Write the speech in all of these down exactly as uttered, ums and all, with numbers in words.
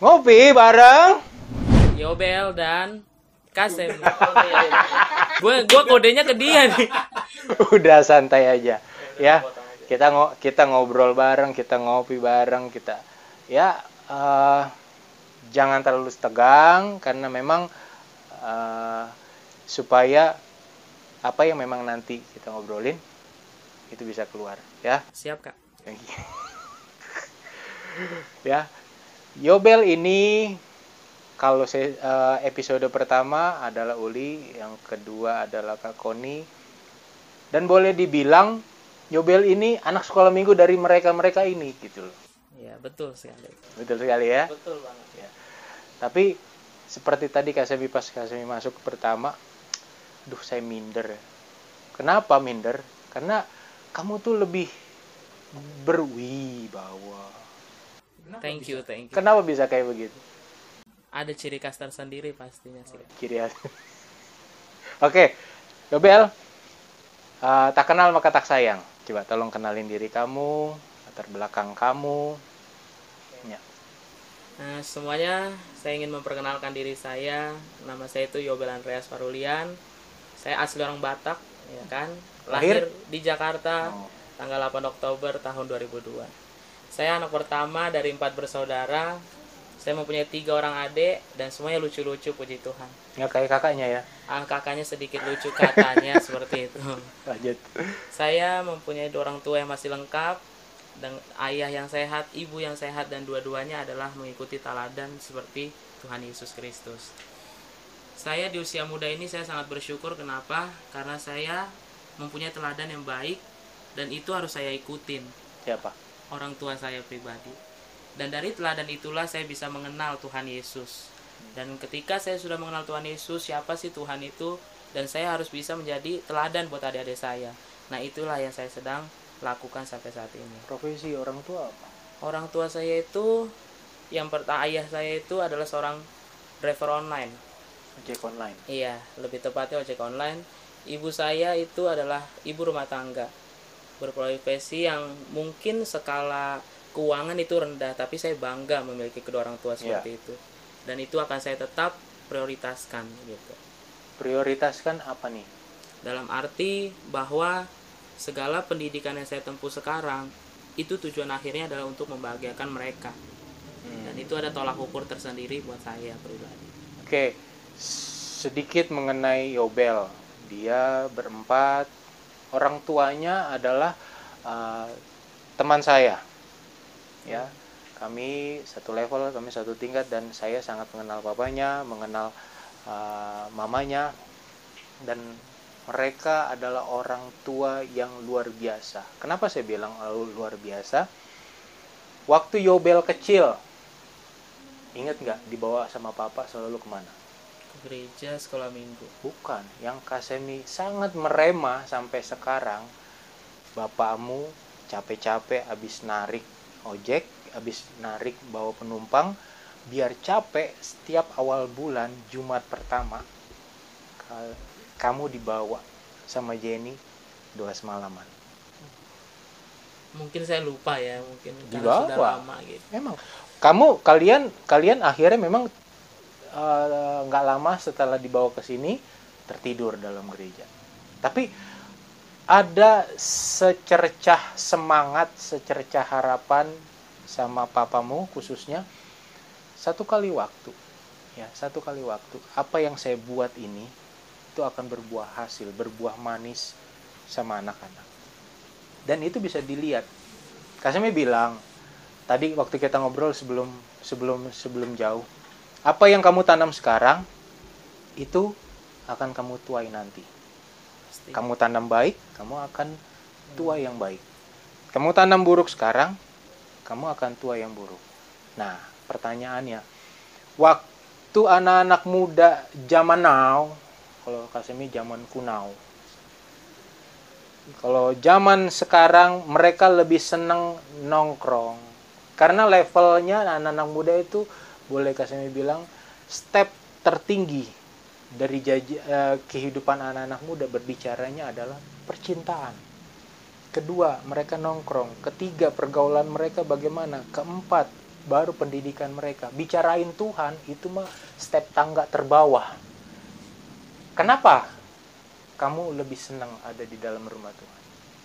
Ngopi bareng Yobel dan Kasem. Gue gue kodenya ke dia nih. Udah santai aja ya. Kita ngo kita ngobrol bareng, kita ngopi bareng, kita ya uh, jangan terlalu tegang karena memang uh, supaya apa yang memang nanti kita ngobrolin itu bisa keluar ya. Siap, Kak. Ya. Yobel ini kalau saya, uh, episode pertama adalah Uli, yang kedua adalah Kak Koni. Dan boleh dibilang Yobel ini anak sekolah minggu dari mereka-mereka ini gitu loh. Iya, betul sekali. Betul sekali ya. Betul banget. Ya. Tapi seperti tadi Kak Semi pas Kak Semi masuk pertama, duh saya minder. Kenapa minder? Karena kamu tuh lebih berwibawa. Thank you, thank you. Kenapa bisa kayak begitu? Ada ciri khas tersendiri pastinya sih. Ciri khas. Oke, Yobel, uh, tak kenal maka tak sayang. Coba tolong kenalin diri kamu, latar belakang kamu. Ya. Nah, semuanya saya ingin memperkenalkan diri saya. Nama saya itu Yobel Andreas Parulian. Saya asli orang Batak, ya kan. Lahir, Lahir di Jakarta, oh. tanggal delapan Oktober tahun dua ribu dua. Saya anak pertama dari empat bersaudara. Saya mempunyai tiga orang adik dan semuanya lucu-lucu, puji Tuhan. Nggak kayak kakaknya ya? Ah, kakaknya sedikit lucu katanya seperti itu. Lanjut. Saya mempunyai dua orang tua yang masih lengkap, dan ayah yang sehat, ibu yang sehat, dan dua-duanya adalah mengikuti teladan seperti Tuhan Yesus Kristus. Saya di usia muda ini saya sangat bersyukur. Kenapa? Karena saya mempunyai teladan yang baik dan itu harus saya ikutin. Siapa? Orang tua saya pribadi. Dan dari teladan itulah saya bisa mengenal Tuhan Yesus. Dan ketika saya sudah mengenal Tuhan Yesus, siapa sih Tuhan itu, dan saya harus bisa menjadi teladan buat adik-adik saya. Nah, itulah yang saya sedang lakukan sampai saat ini. Profesi orang tua apa? Orang tua saya itu, yang pertama ayah saya itu adalah seorang driver online. Ojek online? Iya, lebih tepatnya ojek online. Ibu saya itu adalah ibu rumah tangga, berprofesi yang mungkin skala keuangan itu rendah, tapi saya bangga memiliki kedua orang tua seperti yeah. itu, dan itu akan saya tetap prioritaskan gitu. Prioritaskan apa nih? Dalam arti bahwa segala pendidikan yang saya tempuh sekarang itu tujuan akhirnya adalah untuk membahagiakan mereka, hmm. dan itu ada tolak ukur tersendiri buat saya pribadi. Oke, sedikit mengenai Yobel. Dia berempat. Orang tuanya adalah uh, teman saya, ya. Kami satu level, kami satu tingkat, dan saya sangat mengenal papanya, mengenal uh, mamanya, dan mereka adalah orang tua yang luar biasa. Kenapa saya bilang luar biasa? Waktu Yobel kecil, ingat nggak dibawa sama papa selalu kemana? Gereja, sekolah minggu. Bukan, yang Kasemi sangat merema sampai sekarang. Bapakmu capek-capek habis narik ojek, habis narik bawa penumpang, biar capek setiap awal bulan Jumat pertama kamu dibawa sama Jenny doa semalaman. Mungkin saya lupa ya, mungkin dibawa. Karena sudah lama gitu. Memang kamu kalian kalian akhirnya memang nggak uh, lama setelah dibawa ke sini tertidur dalam gereja. Tapi ada secercah semangat, secercah harapan sama papamu khususnya. Satu kali waktu, ya satu kali waktu. Apa yang saya buat ini itu akan berbuah hasil, berbuah manis sama anak-anak. Dan itu bisa dilihat. Kasemi bilang tadi waktu kita ngobrol sebelum sebelum sebelum jauh. Apa yang kamu tanam sekarang, itu akan kamu tuai nanti. Pasti. Kamu tanam baik, kamu akan tua yang baik. Kamu tanam buruk sekarang, kamu akan tua yang buruk. Nah, pertanyaannya, waktu anak-anak muda zaman now, kalau Kasemi zaman kunau, kalau zaman sekarang mereka lebih senang nongkrong. Karena levelnya anak-anak muda itu, boleh Kasemi bilang, step tertinggi dari jaja, eh, kehidupan anak-anak muda berbicaranya adalah percintaan. Kedua, mereka nongkrong. Ketiga, pergaulan mereka bagaimana. Keempat, baru pendidikan mereka. Bicarain Tuhan itu mah step tangga terbawah. Kenapa kamu lebih senang ada di dalam rumah Tuhan?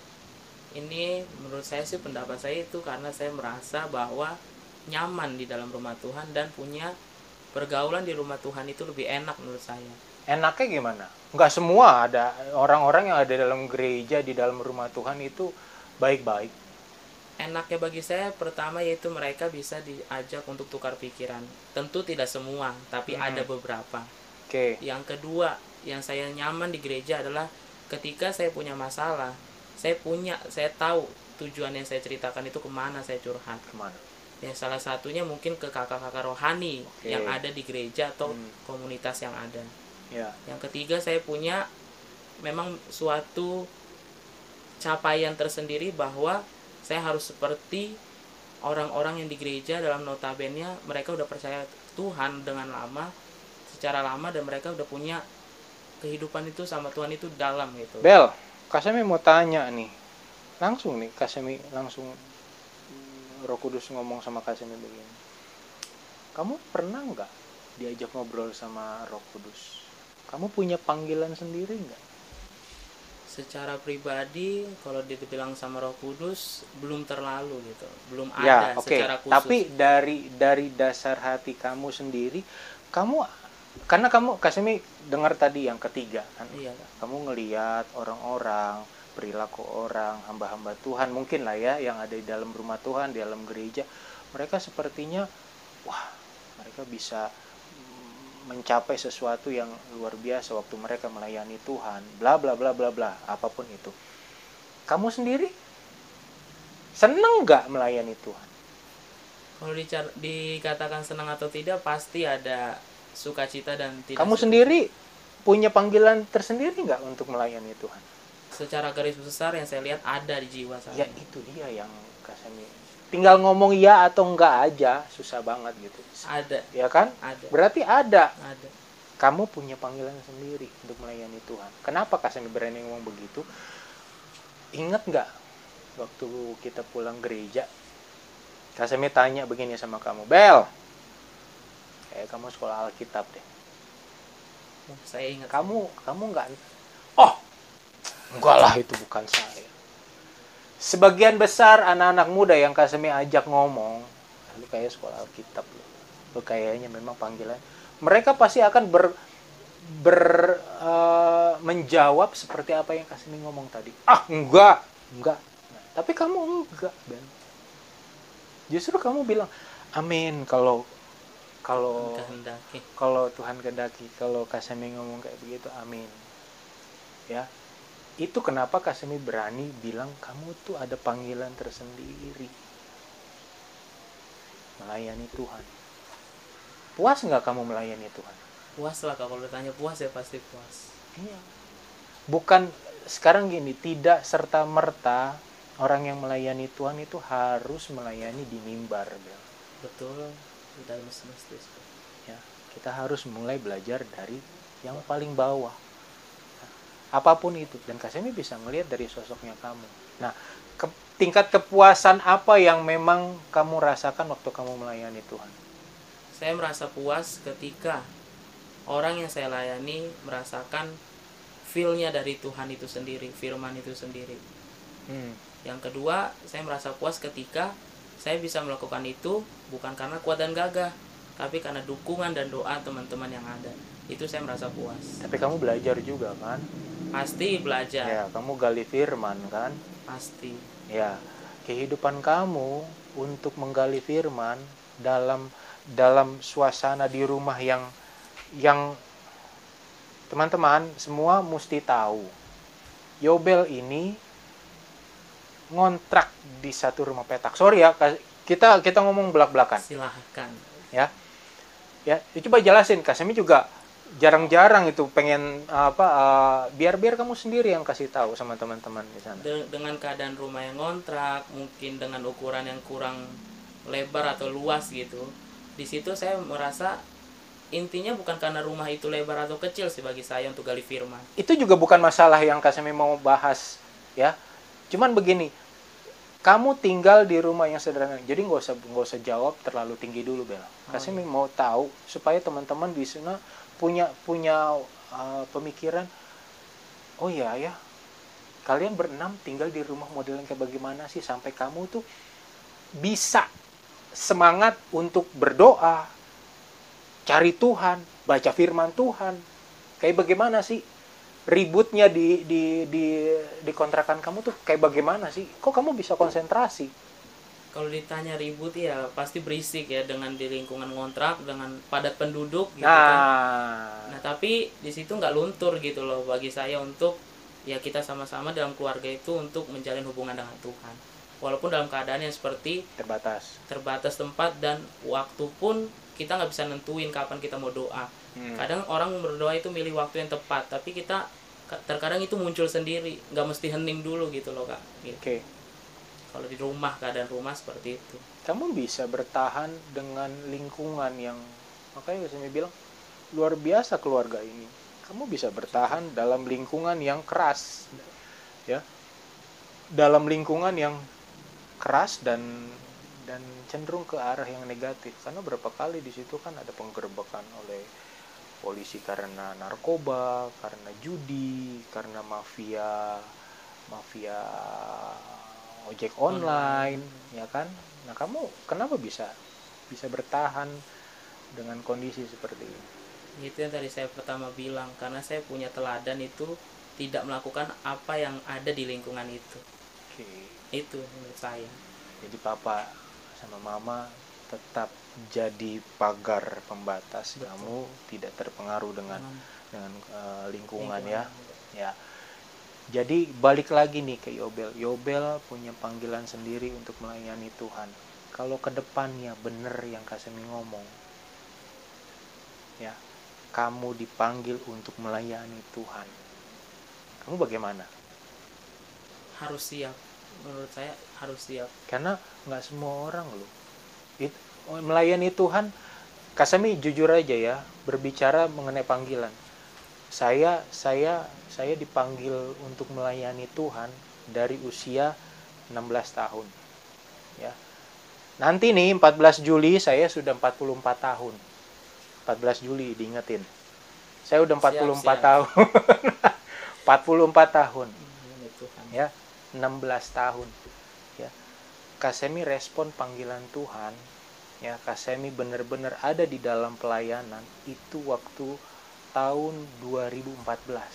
Ini menurut saya sih, pendapat saya itu karena saya merasa bahwa nyaman di dalam rumah Tuhan dan punya pergaulan di rumah Tuhan itu lebih enak menurut saya. Enaknya gimana? Nggak semua ada orang-orang yang ada dalam gereja, di dalam rumah Tuhan itu baik-baik. Enaknya bagi saya pertama yaitu mereka bisa diajak untuk tukar pikiran. Tentu tidak semua, tapi Hmm. ada beberapa. Oke. Yang kedua, yang saya nyaman di gereja adalah ketika saya punya masalah, saya punya, saya tahu tujuan yang saya ceritakan itu kemana saya curhat. Kemana? Ya salah satunya mungkin ke kakak-kakak rohani Oke. yang ada di gereja atau Hmm. komunitas yang ada. Ya. Yang ketiga, saya punya memang suatu capaian tersendiri bahwa saya harus seperti orang-orang yang di gereja. Dalam notabene mereka udah percaya Tuhan dengan lama, secara lama, dan mereka udah punya kehidupan itu sama Tuhan itu dalam gitu. Bel, Kasemi mau tanya nih. Langsung nih Kasemi langsung Roh Kudus ngomong sama Kasemi begini. Kamu pernah nggak diajak ngobrol sama Roh Kudus? Kamu punya panggilan sendiri nggak? Secara pribadi kalau dibilang sama Roh Kudus belum terlalu gitu, belum Ya, ada oke. secara khusus. Tapi dari dari dasar hati kamu sendiri, kamu karena kamu Kasemi dengar tadi yang ketiga kan? Iya. Kamu ngelihat orang-orang, perilaku orang, hamba-hamba Tuhan mungkin lah ya yang ada di dalam rumah Tuhan, di dalam gereja, mereka sepertinya wah, mereka bisa mencapai sesuatu yang luar biasa waktu mereka melayani Tuhan, bla bla bla bla bla, apapun itu. Kamu sendiri seneng nggak melayani Tuhan? Kalau dicar- dikatakan senang atau tidak, pasti ada sukacita dan tidak. Kamu sukacita. sendiri punya panggilan tersendiri nggak untuk melayani Tuhan? Secara garis besar yang saya lihat ada di jiwa saya. Ya itu dia yang Kasemi. Tinggal ngomong ya atau enggak aja, susah banget gitu. Ada. Ya kan? Ada. Berarti ada. Ada. Kamu punya panggilan sendiri untuk melayani Tuhan. Kenapa Kasemi berani ngomong begitu? Ingat nggak waktu kita pulang gereja, Kasemi tanya begini sama kamu, Bel, kayak kamu sekolah Alkitab deh. Oh, saya ingat. Kamu kamu nggak? Oh, enggak lah, itu bukan saya. Sebagian besar anak-anak muda yang Kasemi ajak ngomong, lu kayak sekolah Alkitab lu, lu kayaknya memang panggilan. Mereka pasti akan ber, ber uh, menjawab seperti apa yang Kasemi ngomong tadi. Ah, enggak, enggak. Nah, tapi kamu enggak, Ben. Justru kamu bilang, amin, kalau kalau Kehendaki. kalau Tuhan kehendaki, kalau Kasemi ngomong kayak begitu, amin. Ya. Itu kenapa Kasemi berani bilang kamu tuh ada panggilan tersendiri melayani Tuhan. Puas nggak kamu melayani Tuhan? Puas lah, kalau ditanya puas ya pasti puas. Iya. Bukan sekarang gini, tidak serta merta orang yang melayani Tuhan itu harus melayani di mimbar, Bel. Betul. Tidak mesti. Ya, kita harus mulai belajar dari yang paling bawah. Apapun itu, dan Kasemi bisa ngelihat dari sosoknya kamu. Nah, ke, tingkat kepuasan apa yang memang kamu rasakan waktu kamu melayani Tuhan? Saya merasa puas ketika orang yang saya layani merasakan feel-nya dari Tuhan itu sendiri, firman itu sendiri. Hmm. Yang kedua, saya merasa puas ketika saya bisa melakukan itu bukan karena kuat dan gagah, tapi karena dukungan dan doa teman-teman yang ada. Itu saya merasa puas. Tapi kamu belajar juga kan? Pasti belajar. Ya, kamu gali firman kan? Pasti. Ya, kehidupan kamu untuk menggali firman dalam dalam suasana di rumah yang yang teman-teman semua mesti tahu. Yobel ini ngontrak di satu rumah petak. Sorry ya, kita kita ngomong belak-belakan. Silahkan. Ya. Ya, coba jelasin. Kasemi juga jarang-jarang itu pengen apa uh, biar biar kamu sendiri yang kasih tahu sama teman-teman di sana. De- dengan keadaan rumah yang ngontrak, mungkin dengan ukuran yang kurang lebar atau luas gitu. Di situ saya merasa intinya bukan karena rumah itu lebar atau kecil sih bagi saya untuk gali firman. Itu juga bukan masalah yang Kasemi mau bahas ya. Cuman begini, kamu tinggal di rumah yang sederhana. Jadi nggak usah nggak usah jawab terlalu tinggi dulu, Bella. Oh, Kasih iya. mau tahu supaya teman-teman di sana punya punya uh, pemikiran. Oh iya ya, kalian berenam tinggal di rumah model yang kayak bagaimana sih sampai kamu tuh bisa semangat untuk berdoa, cari Tuhan, baca firman Tuhan. Kayak bagaimana sih ributnya di di di di kontrakan kamu tuh kayak bagaimana sih? Kok kamu bisa konsentrasi? Kalau ditanya ribut ya pasti berisik ya, dengan di lingkungan kontrak dengan padat penduduk gitu kan. Nah, Nah tapi di situ nggak luntur gitu loh bagi saya untuk ya kita sama-sama dalam keluarga itu untuk menjalin hubungan dengan Tuhan. Walaupun dalam keadaan yang seperti terbatas. terbatas tempat dan waktu pun kita nggak bisa nentuin kapan kita mau doa. Hmm. Kadang orang berdoa itu milih waktu yang tepat, tapi kita terkadang itu muncul sendiri, nggak mesti hening dulu gitu loh kak. Gitu. Oke. Kalau di rumah, keadaan rumah seperti itu. Kamu bisa bertahan dengan lingkungan yang, makanya saya bilang luar biasa keluarga ini. Kamu bisa bertahan dalam lingkungan yang keras, ya, dalam lingkungan yang keras dan dan cenderung ke arah yang negatif. Karena berapa kali di situ kan ada penggerbekan oleh polisi karena narkoba, karena judi, karena mafia mafia ojek online, ya kan? Nah, kamu kenapa bisa bisa bertahan dengan kondisi seperti ini? Itu yang tadi saya pertama bilang, karena saya punya teladan itu tidak melakukan apa yang ada di lingkungan itu. Oke. Itu menurut saya. Jadi papa sama mama tetap jadi pagar pembatas. Betul. Kamu tidak terpengaruh dengan hmm. dengan uh, lingkungan, lingkungan ya. Ya. Jadi balik lagi nih ke Yobel. Yobel punya panggilan sendiri untuk melayani Tuhan. Kalau ke depannya bener yang Kasemi ngomong, ya, kamu dipanggil untuk melayani Tuhan. Kamu bagaimana? Harus siap. Menurut saya harus siap. Karena nggak semua orang loh. It, melayani Tuhan, Kasemi jujur aja ya, berbicara mengenai panggilan. Saya saya saya dipanggil untuk melayani Tuhan dari usia enam belas tahun. Ya. Nanti nih empat belas Juli saya sudah empat puluh empat tahun. empat belas Juli diingetin. Saya udah empat puluh empat siap, siap. tahun. empat puluh empat tahun. Ya, enam belas tahun. Ya. Kasemi respon panggilan Tuhan. Ya, Kasemi benar-benar ada di dalam pelayanan itu waktu tahun dua ribu empat belas.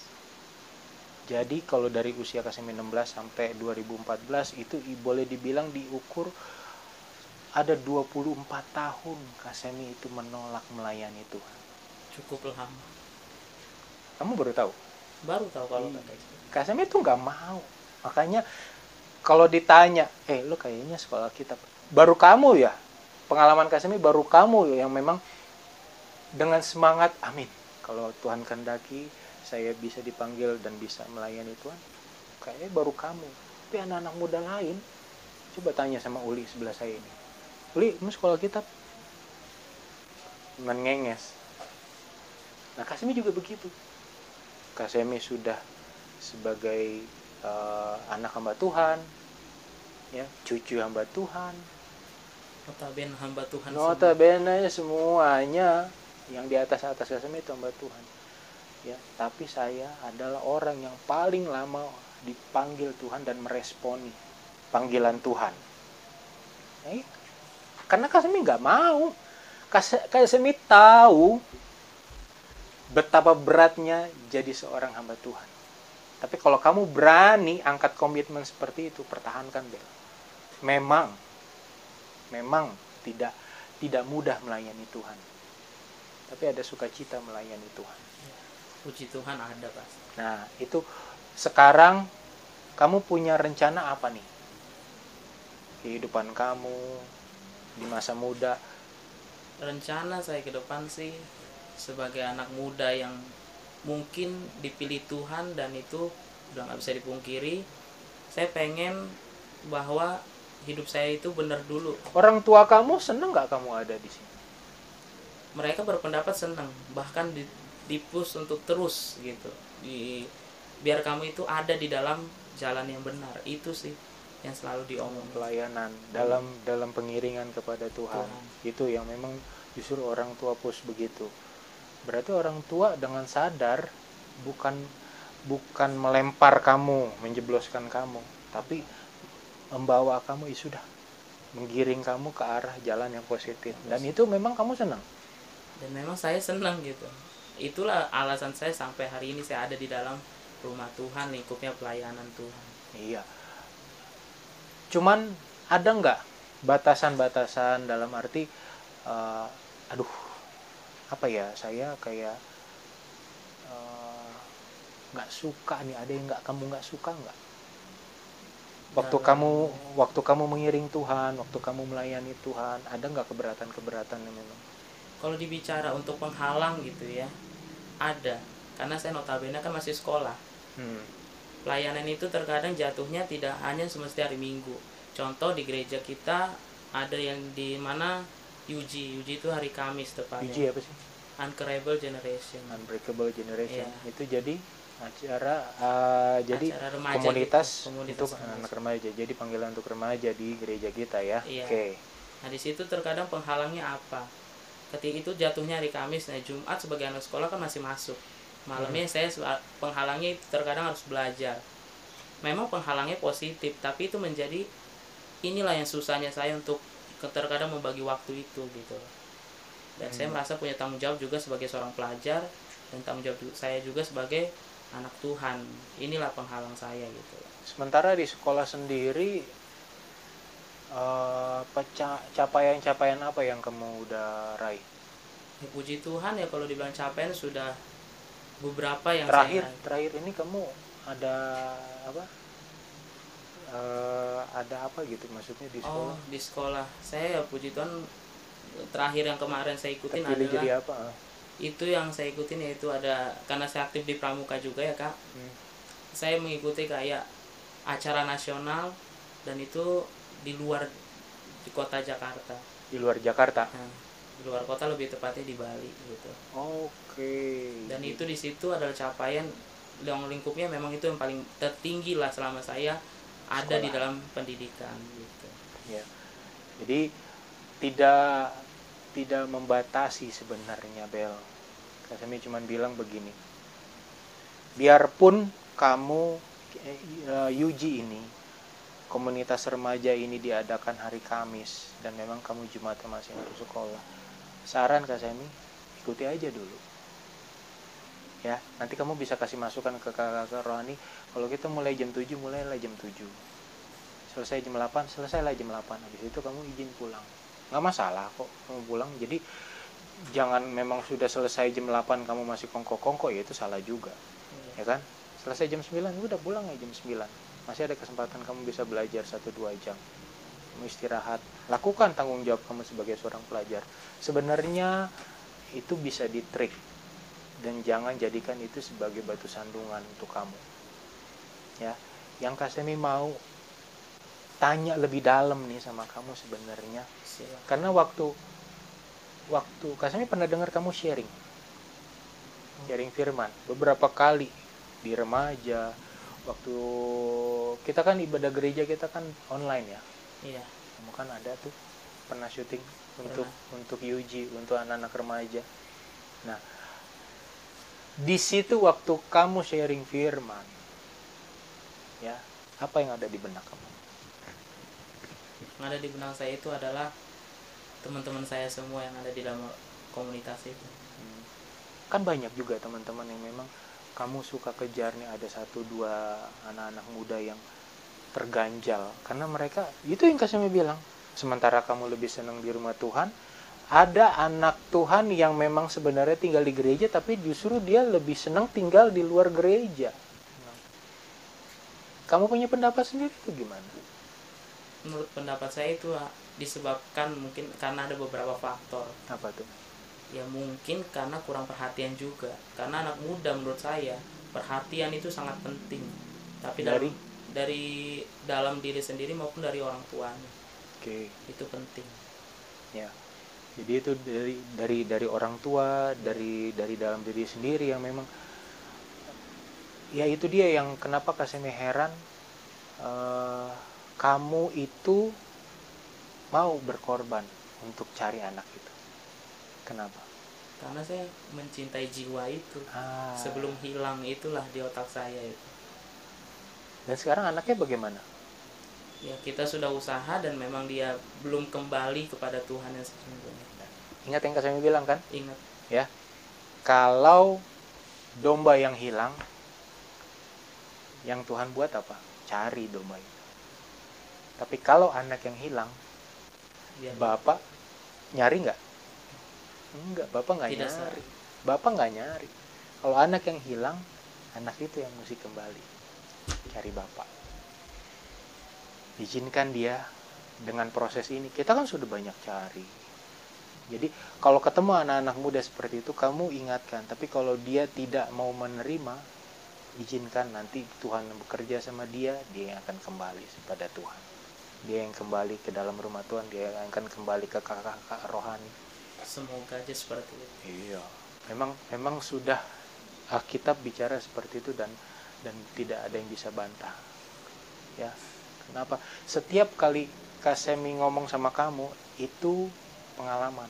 Jadi kalau dari usia Kasemi enam belas sampai dua ribu empat belas itu boleh dibilang diukur ada dua puluh empat tahun Kasemi itu menolak melayani Tuhan. Cukup lama. Kamu baru tahu? Baru tahu kalau Kasemi itu nggak mau. Makanya kalau ditanya, eh lu kayaknya sekolah kitab. Baru kamu ya, pengalaman Kasemi baru kamu yang memang dengan semangat, amin. Kalau Tuhan kehendaki saya bisa dipanggil dan bisa melayani Tuhan, kayaknya baru kamu. Tapi anak-anak muda lain, coba tanya sama Uli sebelah saya ini. Uli, kamu sekolah kitab? Mengenges. Nah, Kasemi juga begitu. Kasemi sudah sebagai uh, anak hamba Tuhan, ya, cucu hamba Tuhan. Notabene hamba Tuhan. Notabene semuanya yang di atas-atas Kasemi itu hamba Tuhan. Ya, tapi saya adalah orang yang paling lama dipanggil Tuhan dan meresponi panggilan Tuhan. Eh, karena Kasemi nggak mau. Kasemi tahu betapa beratnya jadi seorang hamba Tuhan. Tapi kalau kamu berani angkat komitmen seperti itu, pertahankan, Bel. Memang, memang tidak tidak mudah melayani Tuhan. Tapi ada sukacita melayani Tuhan. Puji Tuhan ada pasti. Nah, itu sekarang kamu punya rencana apa nih? Kehidupan kamu di masa muda. Rencana saya ke depan sih sebagai anak muda yang mungkin dipilih Tuhan dan itu udah nggak bisa dipungkiri. Saya pengen bahwa hidup saya itu benar dulu. Orang tua kamu seneng nggak kamu ada di sini? Mereka berpendapat senang, bahkan di dipus untuk terus gitu, di biar kamu itu ada di dalam jalan yang benar. Itu sih yang selalu diomongin. Pelayanan dalam dalam pengiringan kepada Tuhan. Tuhan. Itu yang memang justru orang tua pus begitu. Berarti orang tua dengan sadar bukan bukan melempar kamu, menjebloskan kamu, tapi membawa kamu, ya sudah, menggiring kamu ke arah jalan yang positif. Dan itu memang kamu senang. Dan memang saya senang gitu. Itulah alasan saya sampai hari ini saya ada di dalam rumah Tuhan, lingkupnya pelayanan Tuhan. Iya. Cuman ada nggak batasan-batasan dalam arti, uh, aduh, apa ya, saya kayak uh, nggak suka nih, ada yang nggak kamu nggak suka nggak? Waktu Dalam- kamu waktu kamu mengiring Tuhan, waktu kamu melayani Tuhan, ada nggak keberatan-keberatan yang memang? Kalau dibicara untuk penghalang gitu ya, ada. Karena saya notabene kan masih sekolah. Hmm. Pelayanan itu terkadang jatuhnya tidak hanya semestinya hari Minggu. Contoh di gereja kita ada yang di mana U G, U G itu hari Kamis U tepatnya. G apa sih? Unbreakable Generation. Unbreakable Generation. Iya. Itu jadi acara uh, jadi Acara remaja komunitas, gitu, komunitas untuk remaja. anak remaja. Jadi panggilan untuk remaja di gereja kita ya. Iya. Oke. Nah di situ terkadang penghalangnya apa? Ketika itu jatuhnya hari Kamis, nah Jumat sebagai anak sekolah kan masih masuk. Malamnya Hmm. saya sel- penghalangnya terkadang harus belajar. Memang penghalangnya positif, tapi itu menjadi inilah yang susahnya saya untuk ke- terkadang membagi waktu itu gitu. Dan saya Hmm. merasa punya tanggung jawab juga sebagai seorang pelajar dan tanggung jawab ju- saya juga sebagai anak Tuhan. Inilah penghalang saya gitu. Sementara di sekolah sendiri, uh, peca- capaian-capaian apa yang kamu udah raih? Ya, puji Tuhan ya kalau dibilang capaian sudah beberapa yang Terakhir, saya terakhir ini kamu ada apa? Uh, ada apa gitu maksudnya di Oh, sekolah? di sekolah. Saya ya puji Tuhan terakhir yang kemarin saya ikutin Terpilih adalah jadi apa? itu yang saya ikutin yaitu ada karena saya aktif di Pramuka juga ya Kak. Hmm. Saya mengikuti kayak acara nasional dan itu di luar di kota Jakarta. Di luar Jakarta. Nah, di luar kota lebih tepatnya di Bali gitu. Oke. Dan itu di situ adalah capaian yang lingkupnya memang itu yang paling tertinggi lah selama saya ada Sekolah. di dalam pendidikan gitu. Ya. Jadi tidak tidak membatasi sebenarnya, Bel. Kami cuma bilang begini. Biarpun kamu uh, U G ini, komunitas remaja ini diadakan hari Kamis dan memang kamu Jumatnya masih harus sekolah. Saran Kak Semi, ikuti aja dulu. Ya, nanti kamu bisa kasih masukan ke kakak-kakak rohani. Kalau kita mulai jam tujuh, mulailah jam tujuh. Selesai jam delapan, selesailah jam delapan. Habis itu kamu izin pulang. Nggak masalah kok kamu pulang. Jadi jangan memang sudah selesai jam delapan kamu masih kongko-kongko, ya itu salah juga. Ya kan? Selesai jam sembilan, udah pulang ya jam sembilan. Masih ada kesempatan kamu bisa belajar satu dua jam. Kamu istirahat. Lakukan tanggung jawab kamu sebagai seorang pelajar. Sebenarnya itu bisa ditrik. Dan jangan jadikan itu sebagai batu sandungan untuk kamu. Ya, yang Kak Semi mau tanya lebih dalam nih sama kamu sebenarnya. Silakan. Karena waktu waktu Kak Semi pernah dengar kamu sharing. Sharing firman beberapa kali di remaja. Waktu kita kan ibadah gereja kita kan online ya. Iya. Kamu kan ada tuh pernah syuting untuk untuk U G, untuk anak-anak remaja. Nah, di situ waktu kamu sharing firman, ya, apa yang ada di benak kamu? Yang ada di benak saya itu adalah teman-teman saya semua yang ada di dalam komunitas itu. Hmm. Kan banyak juga teman-teman yang memang kamu suka kejar nih, ada satu dua anak-anak muda yang terganjal karena mereka itu yang Kak Semi bilang. Sementara kamu lebih senang di rumah Tuhan, ada anak Tuhan yang memang sebenarnya tinggal di gereja tapi justru dia lebih senang tinggal di luar gereja. Kamu punya pendapat sendiri itu gimana? Menurut pendapat saya itu disebabkan mungkin karena ada beberapa faktor. Apa tuh? Ya mungkin karena kurang perhatian juga. Karena anak muda menurut saya perhatian itu sangat penting. Tapi dari dari, dari dalam diri sendiri maupun dari orang tuanya. Oke. Itu penting. Ya. Jadi itu dari dari dari orang tua, dari dari dalam diri sendiri yang memang, ya itu dia yang kenapa Kak Semi heran, uh, kamu itu mau berkorban untuk cari anak itu? Kenapa? Karena saya mencintai jiwa itu. Ah. Sebelum hilang itulah di otak saya itu. Dan sekarang anaknya bagaimana? Ya kita sudah usaha dan memang dia belum kembali kepada Tuhan yang sesungguhnya. Ingat yang saya bilang kan? Ingat. Ya, kalau domba yang hilang, yang Tuhan buat apa? Cari domba itu. Tapi kalau anak yang hilang, Biar bapak nyari nggak? Enggak, bapak nggak Tidak nyari. sah. Bapak nggak nyari. Kalau anak yang hilang, anak itu yang mesti kembali cari bapak. Izinkan dia dengan proses ini. Kita kan sudah banyak cari. Jadi kalau ketemu anak-anak muda seperti itu, kamu ingatkan. Tapi kalau dia tidak mau menerima, izinkan nanti Tuhan bekerja sama dia, dia yang akan kembali kepada Tuhan. Dia yang kembali ke dalam rumah Tuhan, dia yang akan kembali ke kakak-kakak rohani. Semoga aja seperti itu. Iya, memang memang sudah Alkitab bicara seperti itu dan dan tidak ada yang bisa bantah. Ya, kenapa? Setiap kali Kasemi ngomong sama kamu itu pengalaman.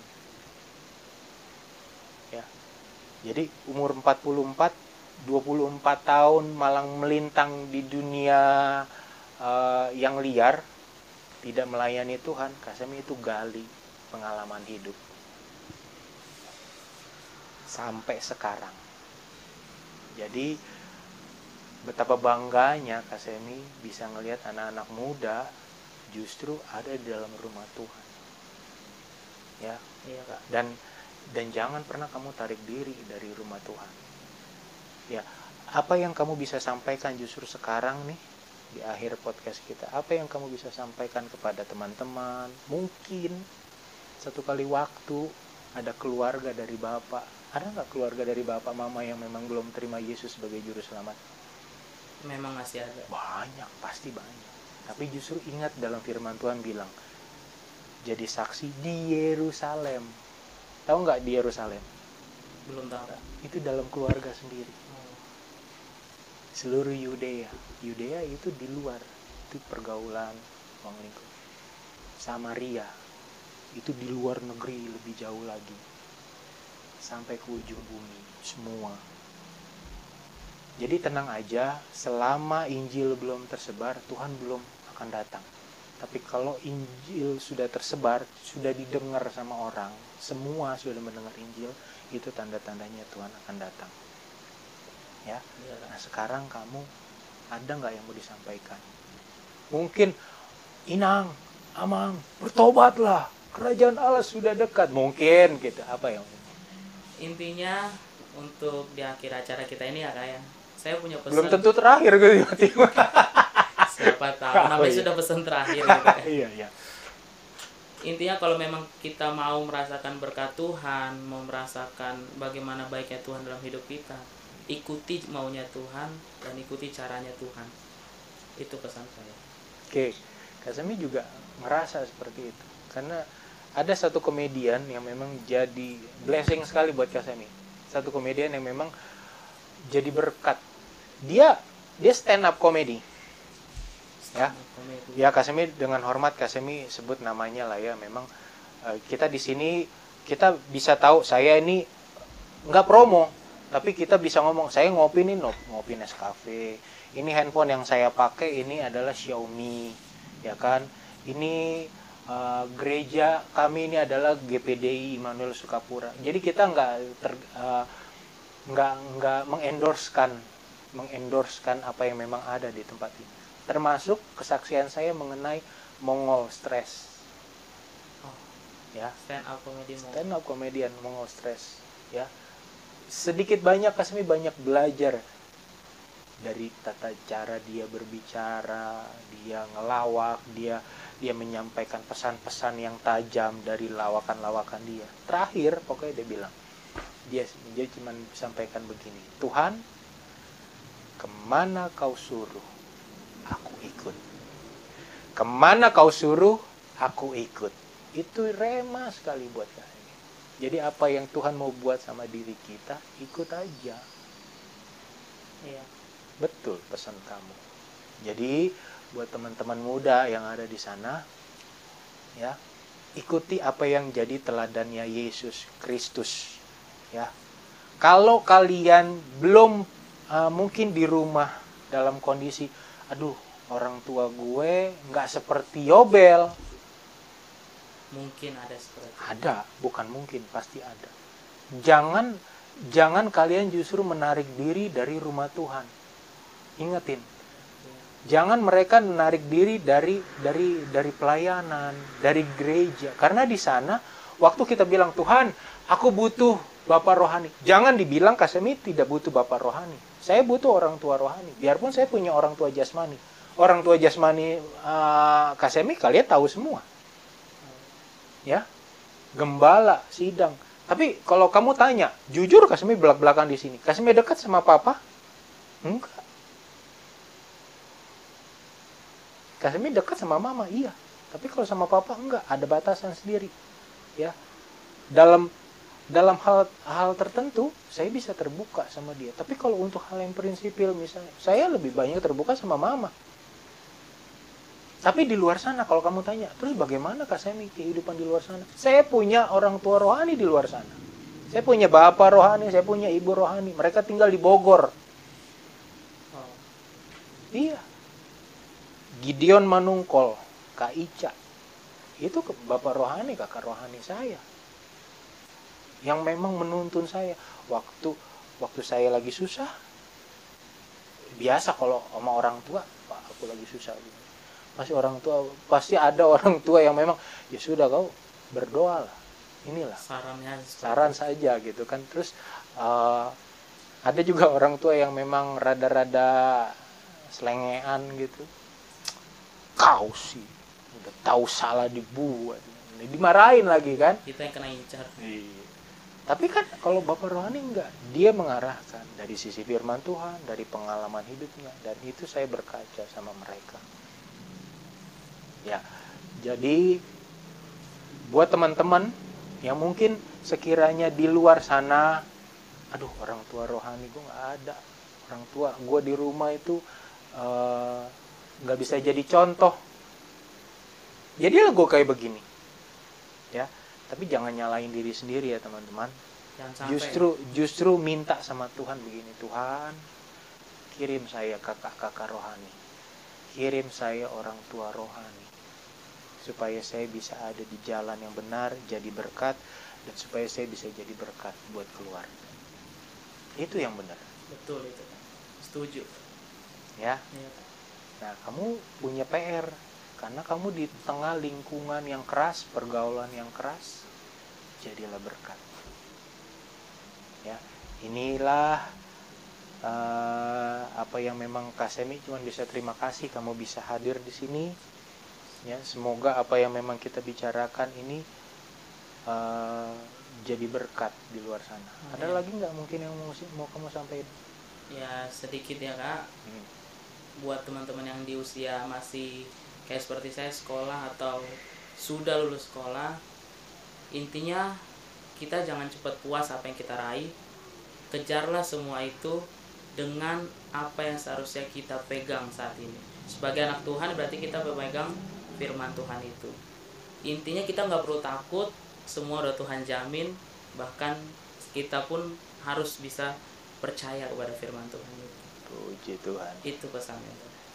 Ya, jadi umur empat puluh empat, dua puluh empat tahun malang melintang di dunia uh, yang liar, tidak melayani Tuhan. Kasemi itu gali pengalaman hidup sampai sekarang. Jadi betapa bangganya Kasemi bisa ngelihat anak-anak muda justru ada di dalam rumah Tuhan. Ya, Iya, Kak. dan dan jangan pernah kamu tarik diri dari rumah Tuhan. Ya, apa yang kamu bisa sampaikan justru sekarang nih di akhir podcast kita? Apa yang kamu bisa sampaikan kepada teman-teman? Mungkin satu kali waktu ada keluarga dari Bapak. Ada nggak keluarga dari Bapak Mama yang memang belum terima Yesus sebagai juru selamat? Memang masih ada. Banyak, pasti banyak. Tapi justru ingat dalam firman Tuhan bilang, jadi saksi di Yerusalem. Tahu nggak di Yerusalem? Belum tahu. Itu dalam keluarga sendiri. Oh. Seluruh Yudea. Yudea itu di luar. Itu pergaulan, ruang lingkup. Samaria. Itu di luar negeri lebih jauh lagi. Sampai ke ujung bumi. Semua. Jadi tenang aja, selama Injil belum tersebar, Tuhan belum akan datang. Tapi kalau Injil sudah tersebar, sudah didengar sama orang, semua sudah mendengar Injil, itu tanda-tandanya Tuhan akan datang. Ya. Nah, sekarang kamu ada nggak yang mau disampaikan? Mungkin, Inang, Amang, bertobatlah, kerajaan Allah sudah dekat. Mungkin gitu. Apa yang? Intinya untuk di akhir acara kita ini ya, Kak, ya. Saya punya pesan. Belum tentu terakhir gitu tiba-tiba. Siapa tahu, Oh, namanya iya. sudah pesan terakhir gitu. Iya, iya. Intinya kalau memang kita mau merasakan berkat Tuhan, mau merasakan bagaimana baiknya Tuhan dalam hidup kita, ikuti maunya Tuhan dan ikuti caranya Tuhan. Itu pesan saya. Oke, Kasemi juga merasa seperti itu. Karena ada satu komedian yang memang jadi blessing sekali buat Kasemi. Satu komedian yang memang jadi berkat. Dia dia stand up comedy. Ya. Ya, Kasemi dengan hormat Kasemi sebut namanya lah ya. Memang uh, kita di sini kita bisa tahu saya ini nggak promo, tapi kita bisa ngomong saya ngopi nih, ngopi Nescafe. Ini handphone yang saya pakai ini adalah Xiaomi, ya kan? Ini uh, gereja kami ini adalah G P D I Immanuel Sukapura. Jadi kita nggak ter, uh, nggak nggak mengendorsekan mengendorsekan apa yang memang ada di tempat ini. Termasuk kesaksian saya mengenai Mongol Stress. Oh, Ya, stand up comedy mau. stand up comedian Mongol Stress, ya. Sedikit banyak Kasmi banyak belajar dari tata cara dia berbicara, dia ngelawak, dia dia menyampaikan pesan-pesan yang tajam dari lawakan-lawakan dia. Terakhir pokoknya dia bilang, dia dia cuma sampaikan begini, Tuhan, kemana kau suruh, aku ikut. Kemana kau suruh, aku ikut. Itu rema sekali buat kami. Jadi apa yang Tuhan mau buat sama diri kita, ikut aja. Iya. Betul pesan kamu. Jadi buat teman-teman muda yang ada di sana, ya, ikuti apa yang jadi teladannya Yesus Kristus, ya. Kalau kalian belum uh, mungkin di rumah dalam kondisi, aduh, orang tua gue nggak seperti Yobel. Mungkin ada seperti itu. Ada, bukan mungkin, pasti ada. Jangan jangan kalian justru menarik diri dari rumah Tuhan. Ingetin. Jangan mereka menarik diri dari dari dari pelayanan, dari gereja. Karena di sana waktu kita bilang, Tuhan, aku butuh Bapak rohani. Jangan dibilang Kasemi tidak butuh Bapak rohani. Saya butuh orang tua rohani. Biarpun saya punya orang tua jasmani. Orang tua jasmani uh, Kasemi kalian tahu semua. Ya. Gembala, sidang. Tapi kalau kamu tanya, jujur Kasemi belak-belakan di sini. Kasemi dekat sama Papa? Enggak. Kasemi dekat sama Mama, iya. Tapi kalau sama Papa enggak, ada batasan sendiri. Ya. Dalam dalam hal hal tertentu saya bisa terbuka sama dia. Tapi kalau untuk hal yang prinsipil misalnya, saya lebih banyak terbuka sama Mama. Tapi di luar sana kalau kamu tanya, terus bagaimana Kasemi kehidupan di luar sana? Saya punya orang tua rohani di luar sana. Saya punya bapak rohani, saya punya ibu rohani. Mereka tinggal di Bogor. Oh. Iya. Gideon Manungkol, Kak Ica. Itu bapak rohani, kakak rohani saya. Yang memang menuntun saya waktu waktu saya lagi susah. Biasa kalau sama orang tua, Pak, aku lagi susah gitu. Pasti orang tua, pasti ada orang tua yang memang, ya sudah kau berdoa lah. Inilah Sarannya saran saja gitu kan. Terus uh, ada juga orang tua yang memang rada-rada selengean gitu. Kau sih udah tahu salah dibuat, dimarahin lagi kan. Kita yang kena incar. Iya. Tapi kan kalau Bapak rohani enggak, dia mengarahkan dari sisi firman Tuhan, dari pengalaman hidupnya, dan itu saya berkaca sama mereka. Ya, jadi buat teman-teman yang mungkin sekiranya di luar sana, aduh orang tua rohani gue nggak ada, orang tua gue di rumah itu uh, nggak bisa jadi contoh. Jadilah gue kayak begini, ya. Tapi jangan nyalain diri sendiri ya teman-teman. Justru justru minta sama Tuhan begini, Tuhan, kirim saya kakak-kakak rohani, kirim saya orang tua rohani, supaya saya bisa ada di jalan yang benar, jadi berkat, dan supaya saya bisa jadi berkat buat keluarga. Itu yang benar. Betul itu. Setuju. Ya. Ya. Nah, kamu punya P R. Karena kamu di tengah lingkungan yang keras, pergaulan yang keras, jadilah berkat. Ya, inilah uh, apa yang memang Kasemi cuma bisa terima kasih kamu bisa hadir di sini. Ya, semoga apa yang memang kita bicarakan ini uh, jadi berkat di luar sana. Ada ya. Lagi nggak mungkin yang mau, mau kamu sampaikan? Ya sedikit ya Kak. Hmm. Buat teman-teman yang di usia masih kayak seperti saya sekolah atau sudah lulus sekolah, intinya kita jangan cepat puas apa yang kita raih. Kejarlah semua itu dengan apa yang seharusnya kita pegang saat ini. Sebagai anak Tuhan berarti kita pemegang firman Tuhan itu. Intinya kita nggak perlu takut, semua udah Tuhan jamin. Bahkan kita pun harus bisa percaya kepada firman Tuhan itu. Puji Tuhan. Itu pesannya.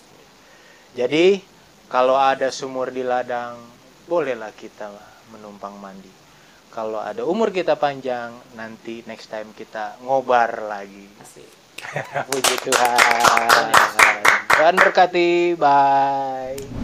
Jadi kalau ada sumur di ladang, bolehlah kita menumpang mandi. Kalau ada umur kita panjang, nanti next time kita ngobar lagi. Asik. Puji Tuhan. Tuhan berkati. Bye.